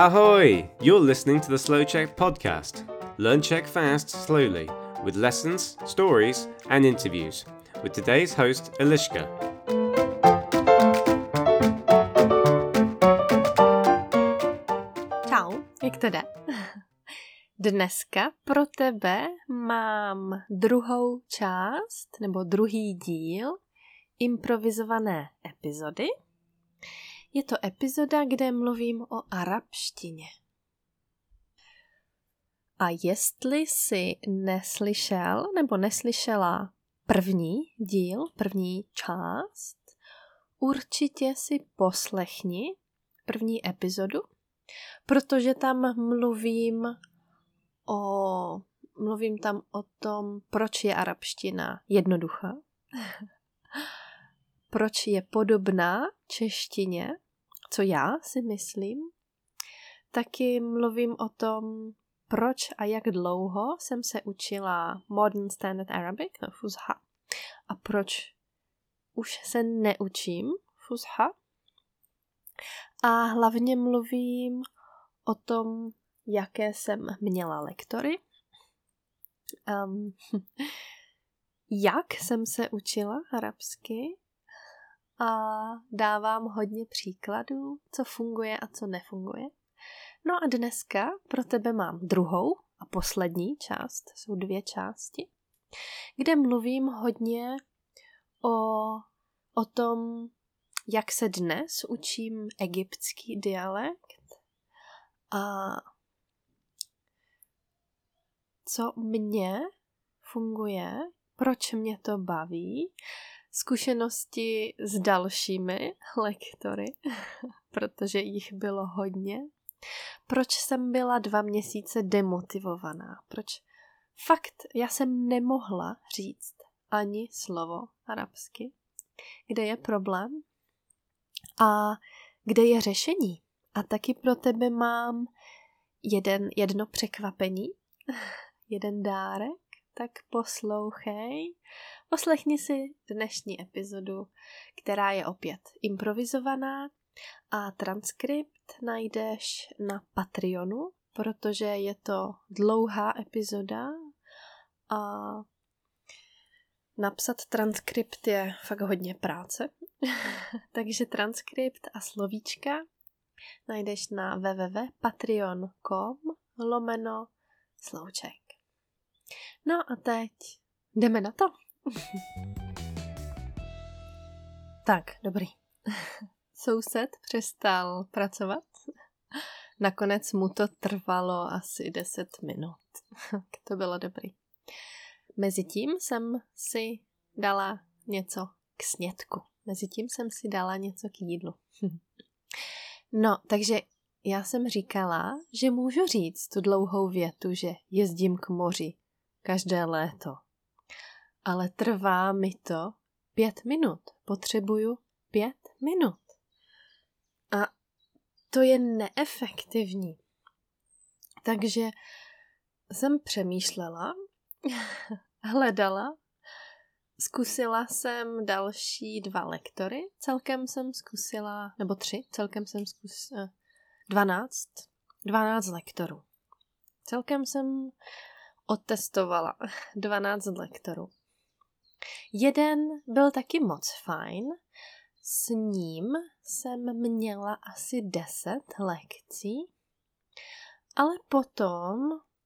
Ahoy! You're listening to the Slow Czech podcast. Learn Czech fast, slowly, with lessons, stories, and interviews. With today's host, Eliška. Čau, jak to jde? Dneska pro tebe mám druhou část, nebo druhý díl improvizované epizody. Je to epizoda, kde mluvím o arabštině. A jestli jsi neslyšel nebo neslyšela první díl, první část, určitě si poslechni první epizodu, protože tam mluvím tam o tom, proč je arabština jednoduchá, proč je podobná češtině, co já si myslím. Taky mluvím o tom, proč a jak dlouho jsem se učila Modern Standard Arabic, Fusha, a proč už se neučím Fusha. A hlavně mluvím o tom, jaké jsem měla lektory, jak jsem se učila arabsky a dávám hodně příkladů, co funguje a co nefunguje. No a dneska pro tebe mám druhou a poslední část, jsou 2 části, kde mluvím hodně o tom, jak se dnes učím egyptský dialekt a co mně funguje, proč mě to baví, zkušenosti s dalšími lektory, protože jich bylo hodně, proč jsem byla 2 měsíce demotivovaná, proč fakt já jsem nemohla říct ani slovo arabsky, kde je problém a kde je řešení. A taky pro tebe mám jedno překvapení, jeden dárek, tak poslouchej. Poslechni si dnešní epizodu, která je opět improvizovaná a transkript najdeš na Patreonu, protože je to dlouhá epizoda a napsat transkript je fakt hodně práce. Takže transkript a slovíčka najdeš na www.patreon.com/slowczech. No a teď jdeme na to. Tak, dobrý. Soused přestal pracovat. Nakonec mu to trvalo asi 10 minut. To bylo dobrý. Mezitím jsem si dala něco k snědku. Mezitím jsem si dala něco k jídlu. No, takže já jsem říkala, že můžu říct tu dlouhou větu, že jezdím k moři každé léto. Ale trvá mi to 5 minut. Potřebuju 5 minut. A to je neefektivní. Takže jsem přemýšlela, hledala, zkusila jsem další 2 lektory, celkem jsem zkusila, nebo 3, celkem jsem zkusila 12 lektorů. Celkem jsem otestovala 12 lektorů. Jeden byl taky moc fajn, s ním jsem měla asi 10 lekcí, ale potom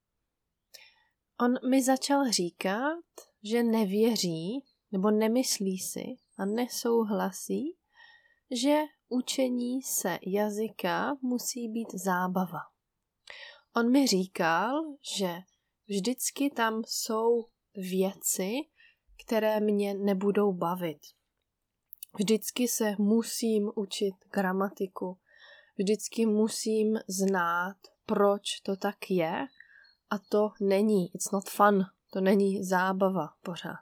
on mi začal říkat, že nevěří, nebo nemyslí si a nesouhlasí, že učení se jazyka musí být zábava. On mi říkal, že vždycky tam jsou věci, které mě nebudou bavit. Vždycky se musím učit gramatiku. Vždycky musím znát, proč to tak je. A to není, it's not fun, to není zábava pořád.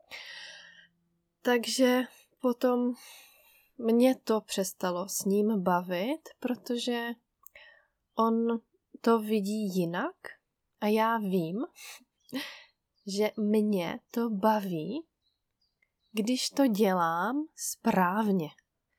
Takže potom mě to přestalo s ním bavit, protože on to vidí jinak a já vím, že mě to baví, když to dělám správně.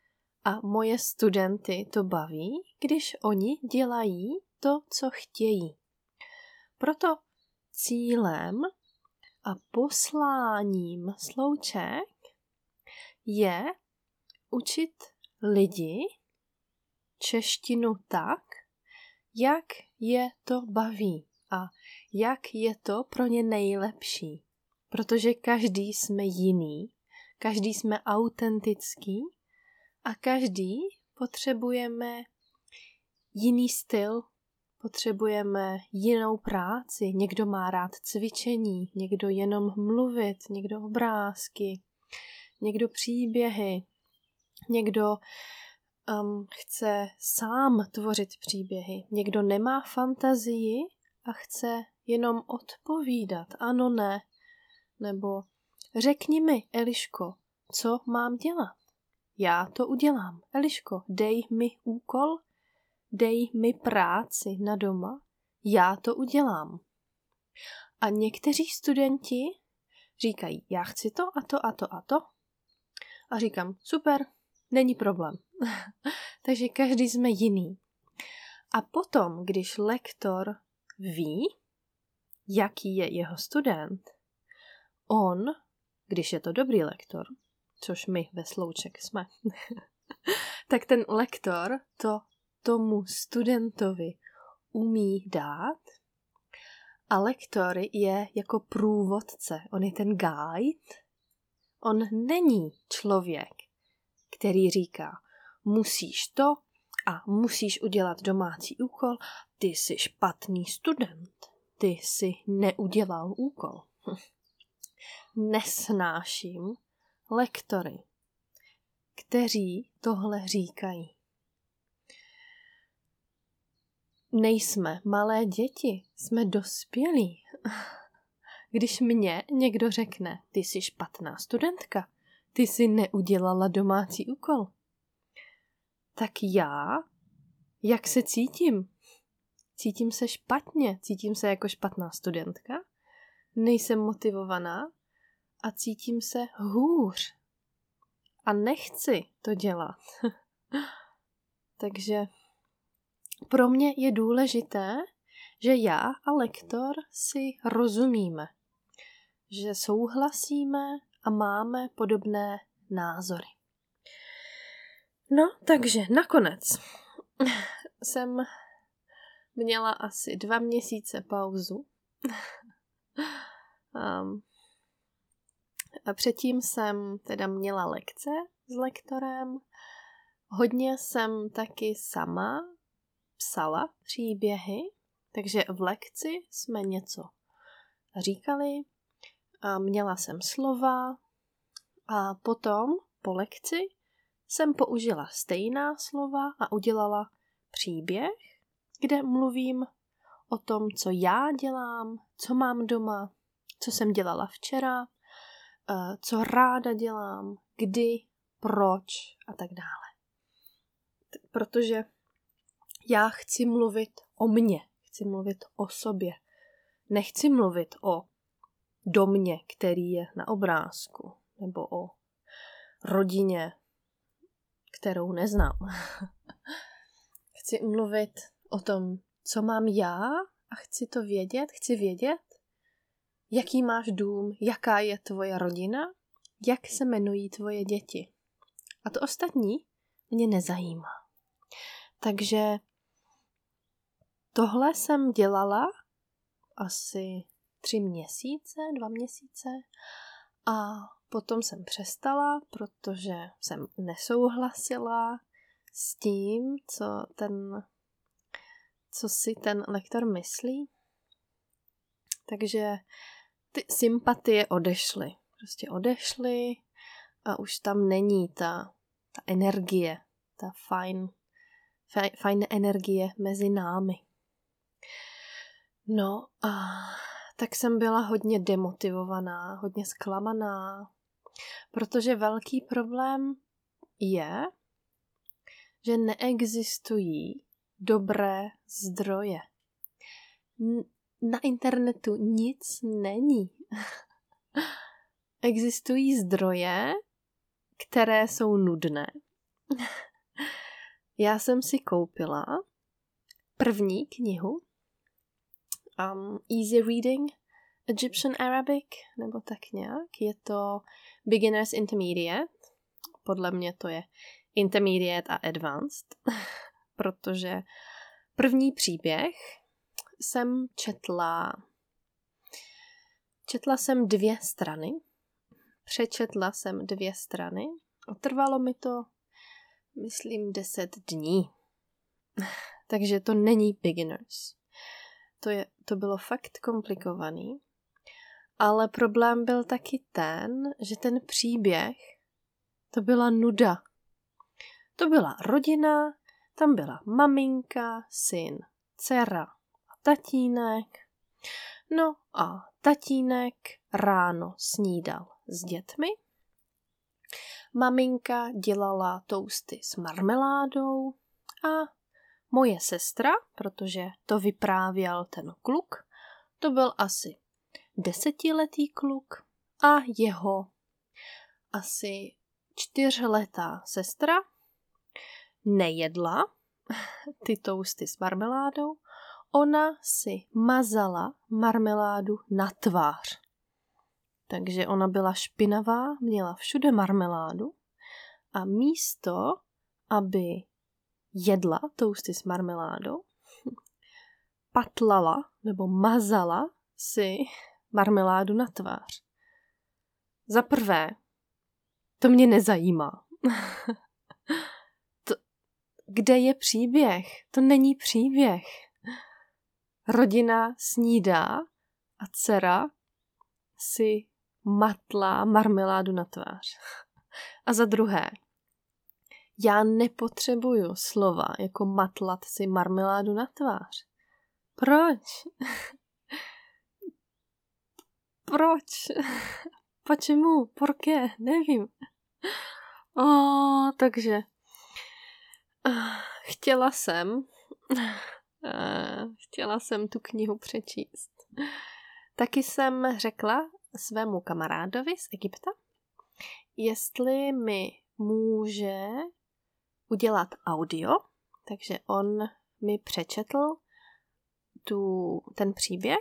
A moje studenty to baví, když oni dělají to, co chtějí. Proto cílem a posláním slouček je učit lidi češtinu tak, jak je to baví a jak je to pro ně nejlepší. Protože každý jsme jiný, každý jsme autentický a každý potřebujeme jiný styl, potřebujeme jinou práci. Někdo má rád cvičení, někdo jenom mluvit, někdo obrázky, někdo příběhy, někdo chce sám tvořit příběhy, někdo nemá fantazii a chce jenom odpovídat, ano, ne, nebo řekni mi, Eliško, co mám dělat? Já to udělám. Eliško, dej mi úkol, dej mi práci na doma, já to udělám. A někteří studenti říkají, já chci to a to a to a to. A říkám, super, není problém. Takže každý jsme jiný. A potom, když lektor ví, jaký je jeho student, on, když je to dobrý lektor, což my ve Slouček jsme, tak ten lektor to tomu studentovi umí dát a lektor je jako průvodce, on je ten guide. On není člověk, který říká, musíš to a musíš udělat domácí úkol, ty jsi špatný student, ty jsi neudělal úkol. Nesnáším lektory, kteří tohle říkají. Nejsme malé děti, jsme dospělí. Když mě někdo řekne, ty jsi špatná studentka, ty jsi neudělala domácí úkol, tak já, jak se cítím? Cítím se špatně, cítím se jako špatná studentka, nejsem motivovaná a cítím se hůř. A nechci to dělat. Takže pro mě je důležité, že já a lektor si rozumíme, že souhlasíme a máme podobné názory. No, takže nakonec jsem měla asi 2 měsíce pauzu. A předtím jsem teda měla lekce s lektorem. Hodně jsem taky sama psala příběhy, takže v lekci jsme něco říkali, a měla jsem slova a potom po lekci jsem použila stejná slova a udělala příběh, kde mluvím o tom, co já dělám, co mám doma, co jsem dělala včera, co ráda dělám, kdy, proč a tak dále. Protože já chci mluvit o mně, chci mluvit o sobě. Nechci mluvit o domě, který je na obrázku, nebo o rodině, kterou neznám. Chci mluvit o tom, co mám já a chci vědět, jaký máš dům, jaká je tvoje rodina, jak se jmenují tvoje děti. A to ostatní mě nezajímá. Takže tohle jsem dělala asi 2 měsíce a potom jsem přestala, protože jsem nesouhlasila s tím, co si ten lektor myslí. Takže ty sympatie odešly. Prostě odešly a už tam není ta energie, ta fajn energie mezi námi. No a tak jsem byla hodně demotivovaná, hodně zklamaná, protože velký problém je, že neexistují dobré zdroje. Na internetu nic není. Existují zdroje, které jsou nudné. Já jsem si koupila první knihu Easy Reading Egyptian Arabic, nebo tak nějak. Je to Beginners Intermediate. Podle mě to je Intermediate a Advanced, protože první příběh jsem četla jsem 2 strany. Přečetla jsem 2 strany a trvalo mi to, myslím, 10 dní. Takže to není beginners. To bylo fakt komplikovaný. Ale problém byl taky ten, že ten příběh, to byla nuda. To byla rodina, tam byla maminka, syn, dcera a tatínek. No a tatínek ráno snídal s dětmi. Maminka dělala toasty s marmeládou a moje sestra, protože to vyprávěl ten kluk, to byl asi 10letý kluk a jeho asi 4letá sestra nejedla ty toasty s marmeládou, ona si mazala marmeládu na tvář. Takže ona byla špinavá, měla všude marmeládu a místo, aby jedla toasty s marmeládou, patlala nebo mazala si marmeládu na tvář. Za prvé, to mě nezajímá. Kde je příběh? To není příběh. Rodina snídá a dcera si matlá marmeládu na tvář. A za druhé, já nepotřebuju slova jako matlat si marmeládu na tvář. Proč? Proč? Počemu? Porqué? Nevím. Takže chtěla jsem tu knihu přečíst. Taky jsem řekla svému kamarádovi z Egypta, jestli mi může udělat audio, takže on mi přečetl ten příběh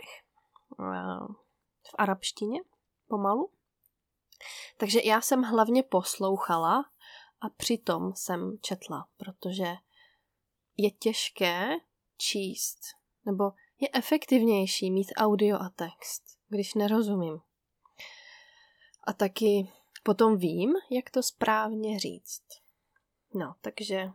v arabštině pomalu. Takže já jsem hlavně poslouchala a přitom jsem četla, protože je těžké číst, nebo je efektivnější mít audio a text, když nerozumím. A taky potom vím, jak to správně říct. No, takže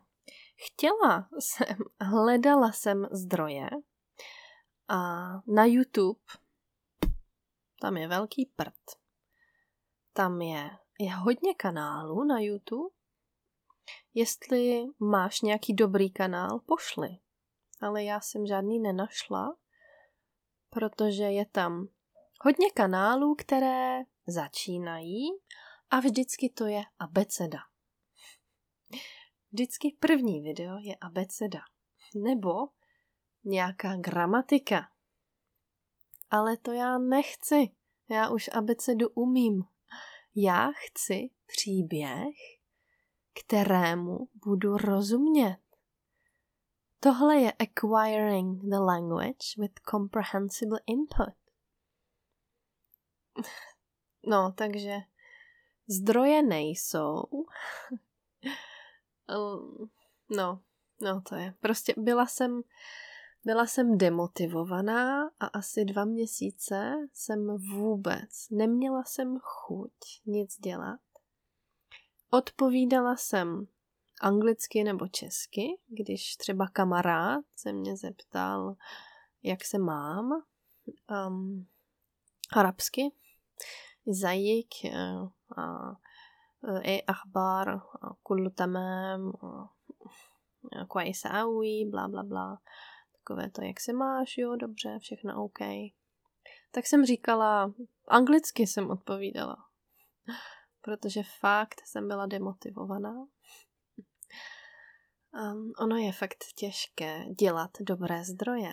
hledala jsem zdroje a na YouTube tam je velký prd. Tam je hodně kanálů na YouTube. Jestli máš nějaký dobrý kanál, pošli. Ale já jsem žádný nenašla, protože je tam hodně kanálů, které začínají a vždycky to je abeceda. Vždycky první video je abeceda. Nebo nějaká gramatika. Ale to já nechci. Já už abecedu umím. Já chci příběh, kterému budu rozumět. Tohle je acquiring the language with comprehensible input. No, takže zdroje nejsou. No, to je. Prostě byla jsem demotivovaná a asi 2 měsíce neměla jsem chuť nic dělat. Odpovídala jsem anglicky nebo česky, když třeba kamarád se mě zeptal, jak se mám. Arabsky. Zajik, akhbar, kullu tamam, kwais awi, bla bla bla. Takové to, jak se máš, jo, dobře, všechno OK. Tak jsem říkala, anglicky jsem odpovídala, protože fakt jsem byla demotivovaná. Ono je fakt těžké dělat dobré zdroje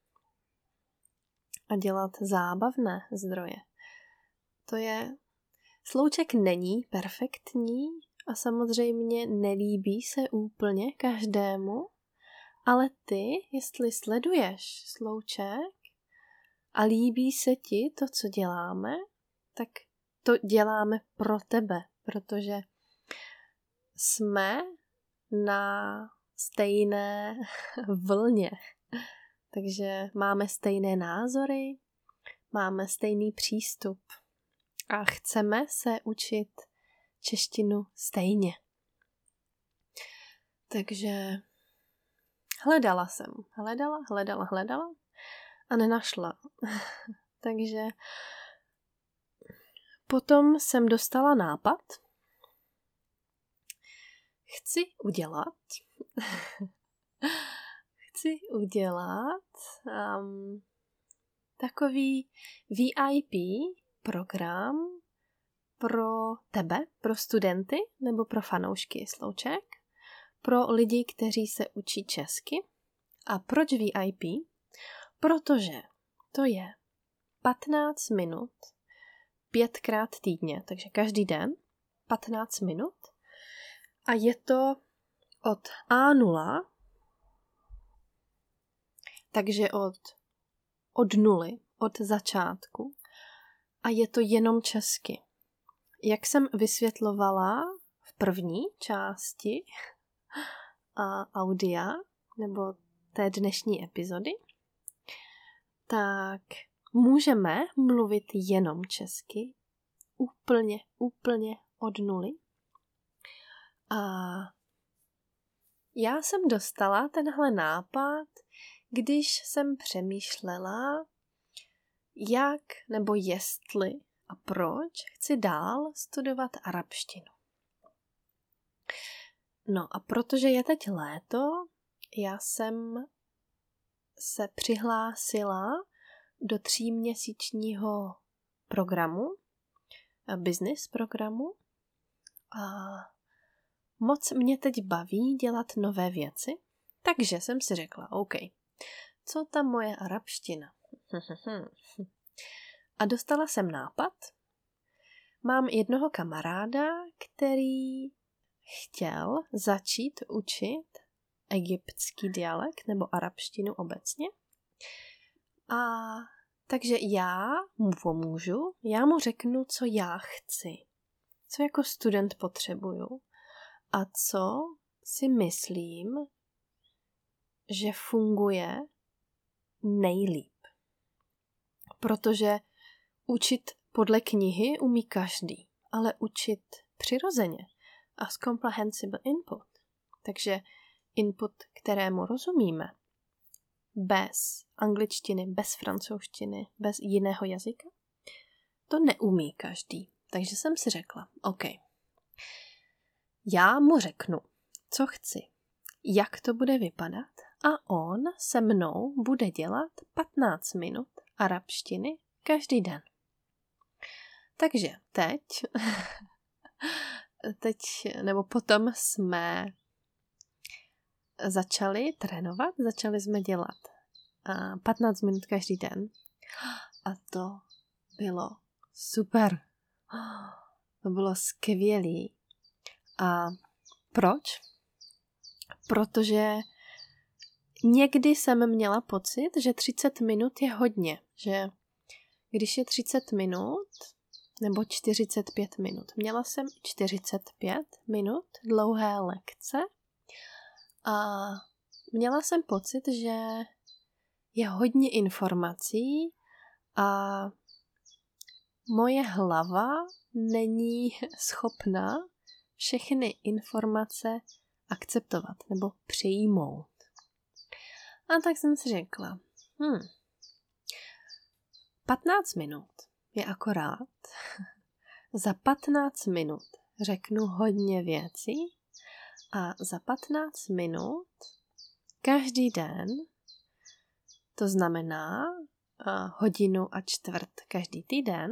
a dělat zábavné zdroje. Slouček není perfektní, a samozřejmě nelíbí se úplně každému, ale ty, jestli sleduješ Slouček a líbí se ti to, co děláme, tak to děláme pro tebe, protože jsme na stejné vlně. Takže máme stejné názory, máme stejný přístup a chceme se učit češtinu stejně. Takže hledala jsem. Hledala a nenašla. Takže potom jsem dostala nápad. Chci udělat takový VIP program pro tebe, pro studenty nebo pro fanoušky Slouček, pro lidi, kteří se učí česky. A proč VIP? Protože to je 15 minut 5krát týdně, takže každý den 15 minut. A je to od A0, takže od nuly, od začátku. A je to jenom česky. Jak jsem vysvětlovala v první části audia, nebo té dnešní epizody, tak můžeme mluvit jenom česky, úplně od nuly. A já jsem dostala tenhle nápad, když jsem přemýšlela, jak nebo jestli a proč chci dál studovat arabštinu. No a protože je teď léto, já jsem se přihlásila do 3měsíčního programu, business programu a moc mě teď baví dělat nové věci, takže jsem si řekla, OK, co ta moje arabština? A dostala jsem nápad. Mám jednoho kamaráda, který chtěl začít učit egyptský dialekt nebo arabštinu obecně. A takže já mu pomůžu, já mu řeknu, co já chci, co jako student potřebuju a co si myslím, že funguje nejlíp. Protože učit podle knihy umí každý, ale učit přirozeně a s comprehensible input, takže input, kterému rozumíme, bez angličtiny, bez francouzštiny, bez jiného jazyka, to neumí každý. Takže jsem si řekla, OK, já mu řeknu, co chci, jak to bude vypadat a on se mnou bude dělat 15 minut arabštiny každý den. Takže teď nebo potom jsme začali trénovat, začali jsme dělat 15 minut každý den a to bylo super. To bylo skvělý. A proč? Protože někdy jsem měla pocit, že 30 minut je hodně, že když je 30 minut nebo 45 minut. Měla jsem 45 minut dlouhé lekce a měla jsem pocit, že je hodně informací a moje hlava není schopná všechny informace akceptovat nebo přijmout. A tak jsem si řekla, 15 minut je akorát. Za 15 minut řeknu hodně věcí a za 15 minut každý den, to znamená 1.25 hodiny každý týden,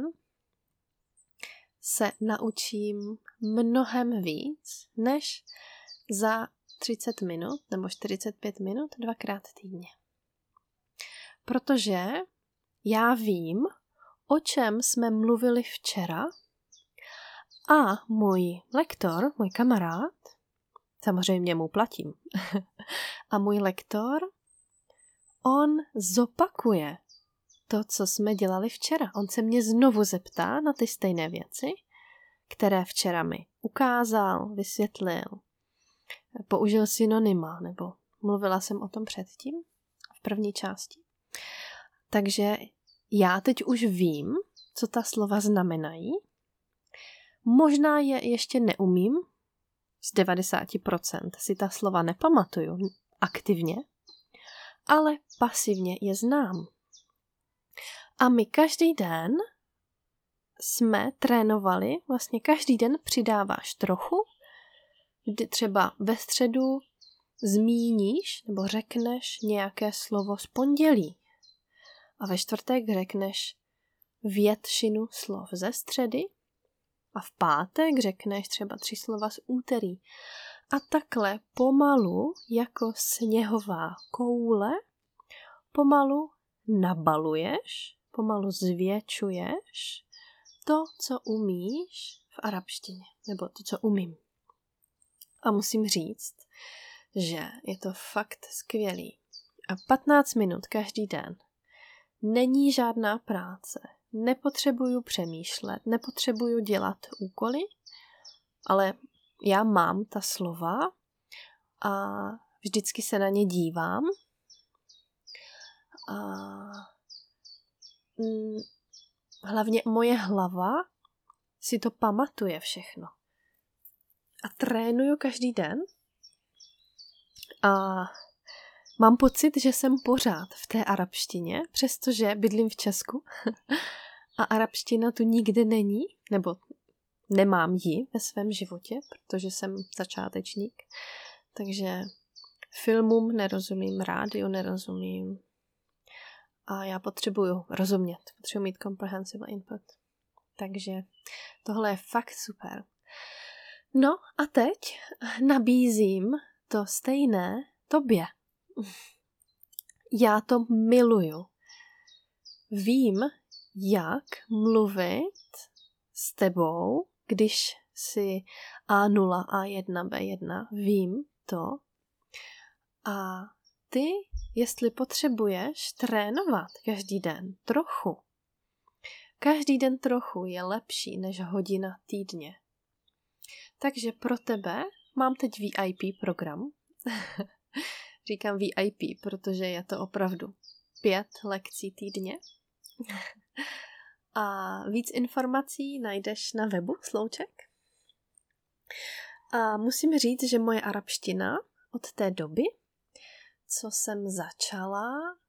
se naučím mnohem víc, než za 30 minut nebo 45 minut 2krát týdně. Protože já vím, o čem jsme mluvili včera A můj lektor, můj kamarád, samozřejmě mu platím, a můj lektor, on zopakuje to, co jsme dělali včera. On se mě znovu zeptá na ty stejné věci, které včera mi ukázal, vysvětlil, použil synonyma, nebo mluvila jsem o tom předtím, v první části. Takže já teď už vím, co ta slova znamenají. Možná je ještě neumím, z 90% si ta slova nepamatuju aktivně, ale pasivně je znám. A my každý den jsme trénovali, vlastně každý den přidáváš trochu, kdy třeba ve středu zmíníš nebo řekneš nějaké slovo z pondělí a ve čtvrtek řekneš většinu slov ze středy a v pátek řekneš třeba 3 slova z úterý. A takhle pomalu, jako sněhová koule, pomalu nabaluješ, pomalu zvětšuješ to, co umíš v arabštině, nebo to, co umím. A musím říct, že je to fakt skvělý. A 15 minut každý den není žádná práce. Nepotřebuju přemýšlet, nepotřebuju dělat úkoly, ale já mám ta slova a vždycky se na ně dívám. A hlavně moje hlava si to pamatuje všechno. A trénuju každý den a mám pocit, že jsem pořád v té arabštině, přestože bydlím v Česku a arabština tu nikde není, nebo nemám ji ve svém životě, protože jsem začátečník. Takže filmům nerozumím, rádiu nerozumím a já potřebuju rozumět, potřebuji mít comprehensive input. Takže tohle je fakt super. No a teď nabízím to stejné tobě. Já to miluju. Vím, jak mluvit s tebou, když jsi A0, A1, B1. Vím to. A ty, jestli potřebuješ trénovat každý den trochu, každý den trochu je lepší než hodina týdně. Takže pro tebe mám teď VIP program. Říkám VIP, protože je to opravdu 5 lekcí týdně. A víc informací najdeš na webu Slouček. A musím říct, že moje arabština od té doby, co jsem začala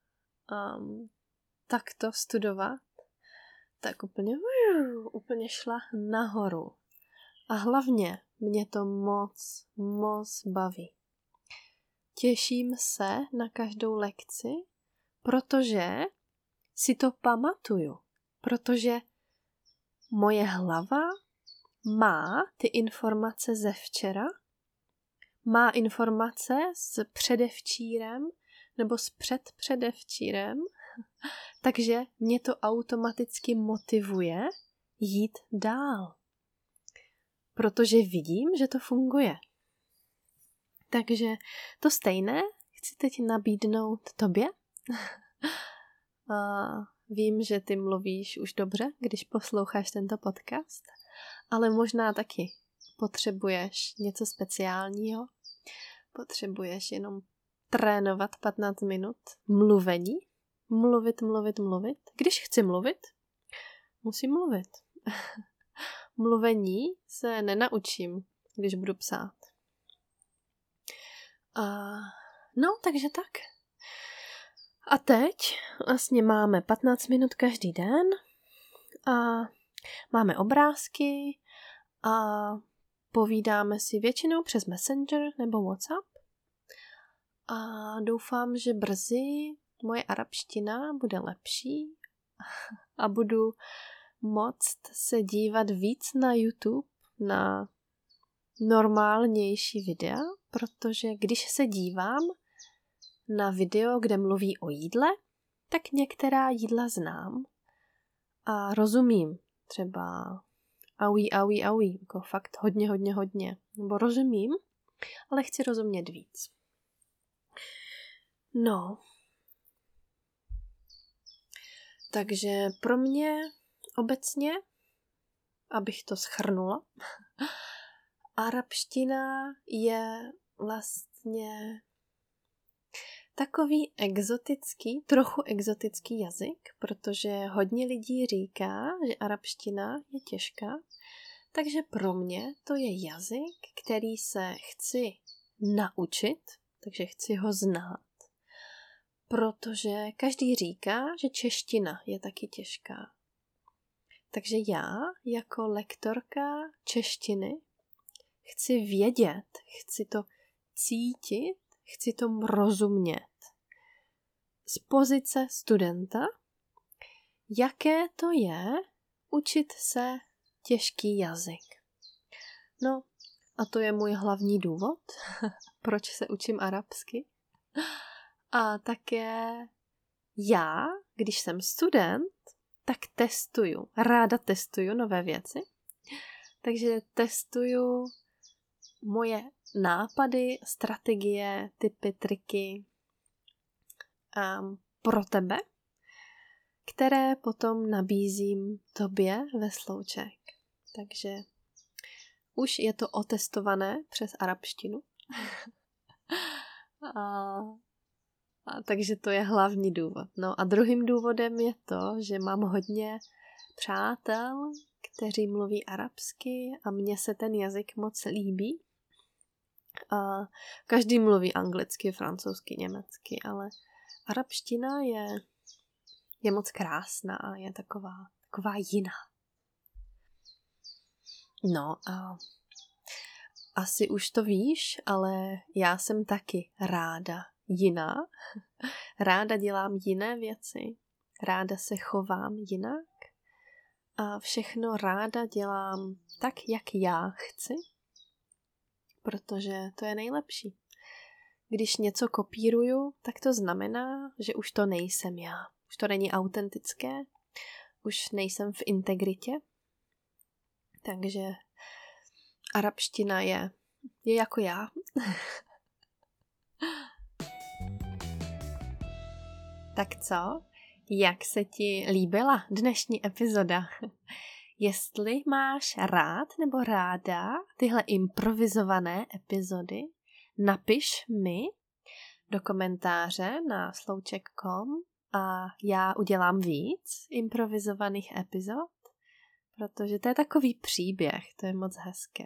takto studovat, tak úplně šla nahoru. A hlavně mě to moc baví. Těším se na každou lekci, protože si to pamatuju. Protože moje hlava má ty informace ze včera, má informace s předevčírem nebo s předpředevčírem, takže mě to automaticky motivuje jít dál. Protože vidím, že to funguje. Takže to stejné chci teď nabídnout tobě. Vím, že ty mluvíš už dobře, když posloucháš tento podcast, ale možná taky potřebuješ něco speciálního. Potřebuješ jenom trénovat 15 minut mluvení. Mluvit. Když chci mluvit, musím mluvit. Mluvení se nenaučím, když budu psát. No, takže tak. A teď vlastně máme 15 minut každý den a máme obrázky a povídáme si většinou přes Messenger nebo WhatsApp a doufám, že brzy moje arabština bude lepší a budu moct se dívat víc na YouTube, na normálnější videa, protože když se dívám na video, kde mluví o jídle, tak některá jídla znám a rozumím. Třeba Aui, jako fakt hodně. Nebo rozumím, ale chci rozumět víc. No. Takže pro mě obecně, abych to shrnula, arabština je vlastně takový trochu exotický jazyk, protože hodně lidí říká, že arabština je těžká, takže pro mě to je jazyk, který se chci naučit, takže chci ho znát. Protože každý říká, že čeština je taky těžká. Takže já jako lektorka češtiny chci vědět, chci to cítit, chci tomu rozumět. Z pozice studenta, jaké to je učit se těžký jazyk. No a to je můj hlavní důvod, proč se učím arabsky. A také já, když jsem student, tak ráda testuju nové věci. Takže testuju moje nápady, strategie, tipy, triky pro tebe, které potom nabízím tobě ve Slouček. Takže už je to otestované přes arabštinu. Takže to je hlavní důvod. No a druhým důvodem je to, že mám hodně přátel, kteří mluví arabsky a mně se ten jazyk moc líbí. A každý mluví anglicky, francouzsky, německy, ale arabština je moc krásná a je taková jiná. No a asi už to víš, ale já jsem taky ráda jiná. Ráda dělám jiné věci, ráda se chovám jinak a všechno ráda dělám tak, jak já chci, protože to je nejlepší. Když něco kopíruju, tak to znamená, že už to nejsem já. Už to není autentické, už nejsem v integritě. Takže arabština je jako já. Tak co? Jak se ti líbila dnešní epizoda? Jestli máš rád nebo ráda tyhle improvizované epizody, napiš mi do komentáře na slouček.com a já udělám víc improvizovaných epizod, protože to je takový příběh, to je moc hezké.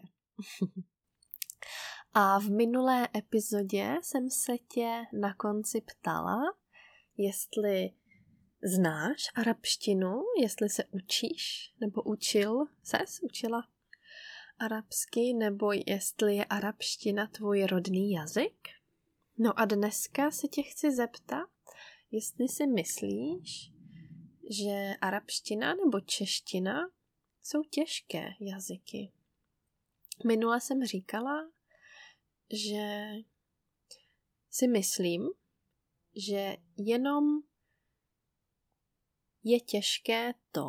A v minulé epizodě jsem se tě na konci ptala, jestli znáš arabštinu, jestli se učíš, nebo učila arabsky, nebo jestli je arabština tvůj rodný jazyk. No a dneska se tě chci zeptat, jestli si myslíš, že arabština nebo čeština jsou těžké jazyky. Minule jsem říkala, že si myslím, že jenom je těžké to,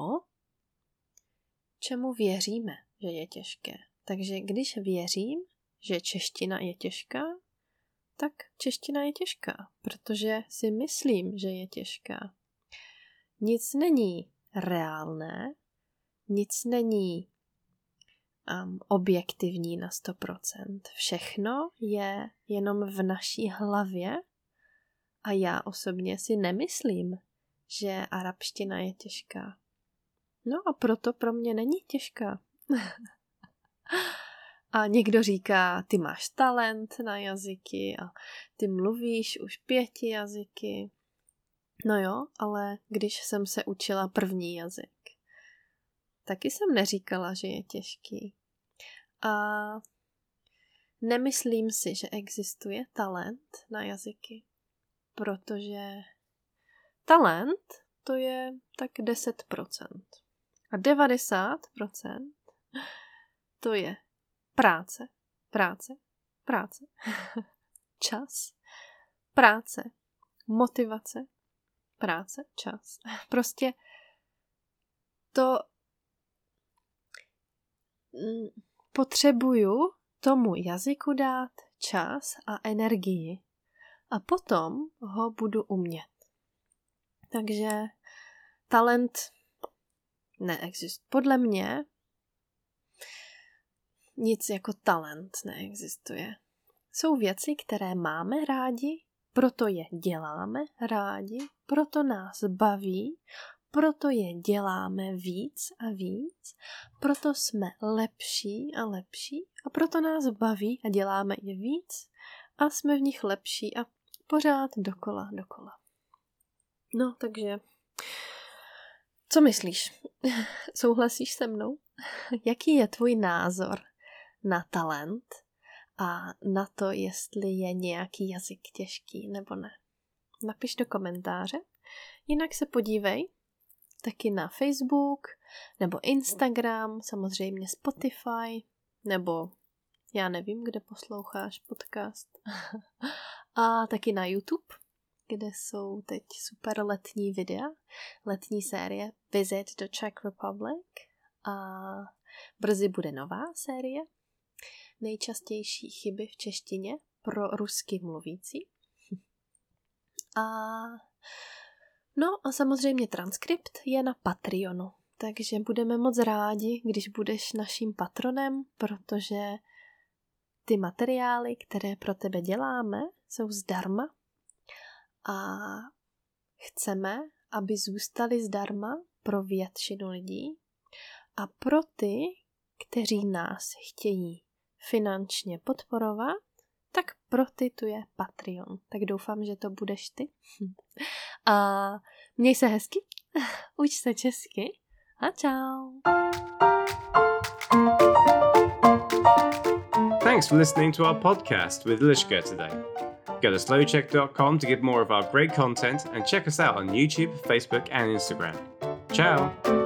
čemu věříme, že je těžké. Takže když věřím, že čeština je těžká, tak čeština je těžká, protože si myslím, že je těžká. Nic není reálné, nic není objektivní na 100%. Všechno je jenom v naší hlavě a já osobně si nemyslím, že arabština je těžká. No a proto pro mě není těžká. A někdo říká, ty máš talent na jazyky a ty mluvíš už 5 jazyky. No jo, ale když jsem se učila první jazyk, taky jsem neříkala, že je těžký. A nemyslím si, že existuje talent na jazyky, protože talent to je tak 10%. A 90% to je práce. Čas. Práce. Motivace. Práce. Čas. Prostě to potřebuju tomu jazyku dát čas a energii a potom ho budu umět. Takže talent neexistuje. Podle mě nic jako talent neexistuje. Jsou věci, které máme rádi, proto je děláme rádi, proto nás baví, proto je děláme víc a víc, proto jsme lepší a lepší a proto nás baví a děláme je víc a jsme v nich lepší a pořád dokola. No, takže co myslíš? Souhlasíš se mnou? Jaký je tvůj názor na talent a na to, jestli je nějaký jazyk těžký nebo ne? Napiš do komentáře. Jinak se podívej taky na Facebook nebo Instagram, samozřejmě Spotify, nebo já nevím, kde posloucháš podcast. A taky na YouTube, kde jsou teď super letní videa, letní série Visit the Czech Republic a brzy bude nová série nejčastější chyby v češtině pro rusky mluvící. A samozřejmě transkript je na Patreonu, takže budeme moc rádi, když budeš naším patronem, protože ty materiály, které pro tebe děláme, jsou zdarma a chceme, aby zůstaly zdarma pro většinu lidí a pro ty, kteří nás chtějí finančně podporovat, tak pro ty tu je Patreon. Tak doufám, že to budeš ty. A měj se hezky, uč se česky a čau. Thanks for listening to our podcast with Lishka today. Go to slowcheck.com to get more of our great content and check us out on YouTube, Facebook and Instagram. Ciao!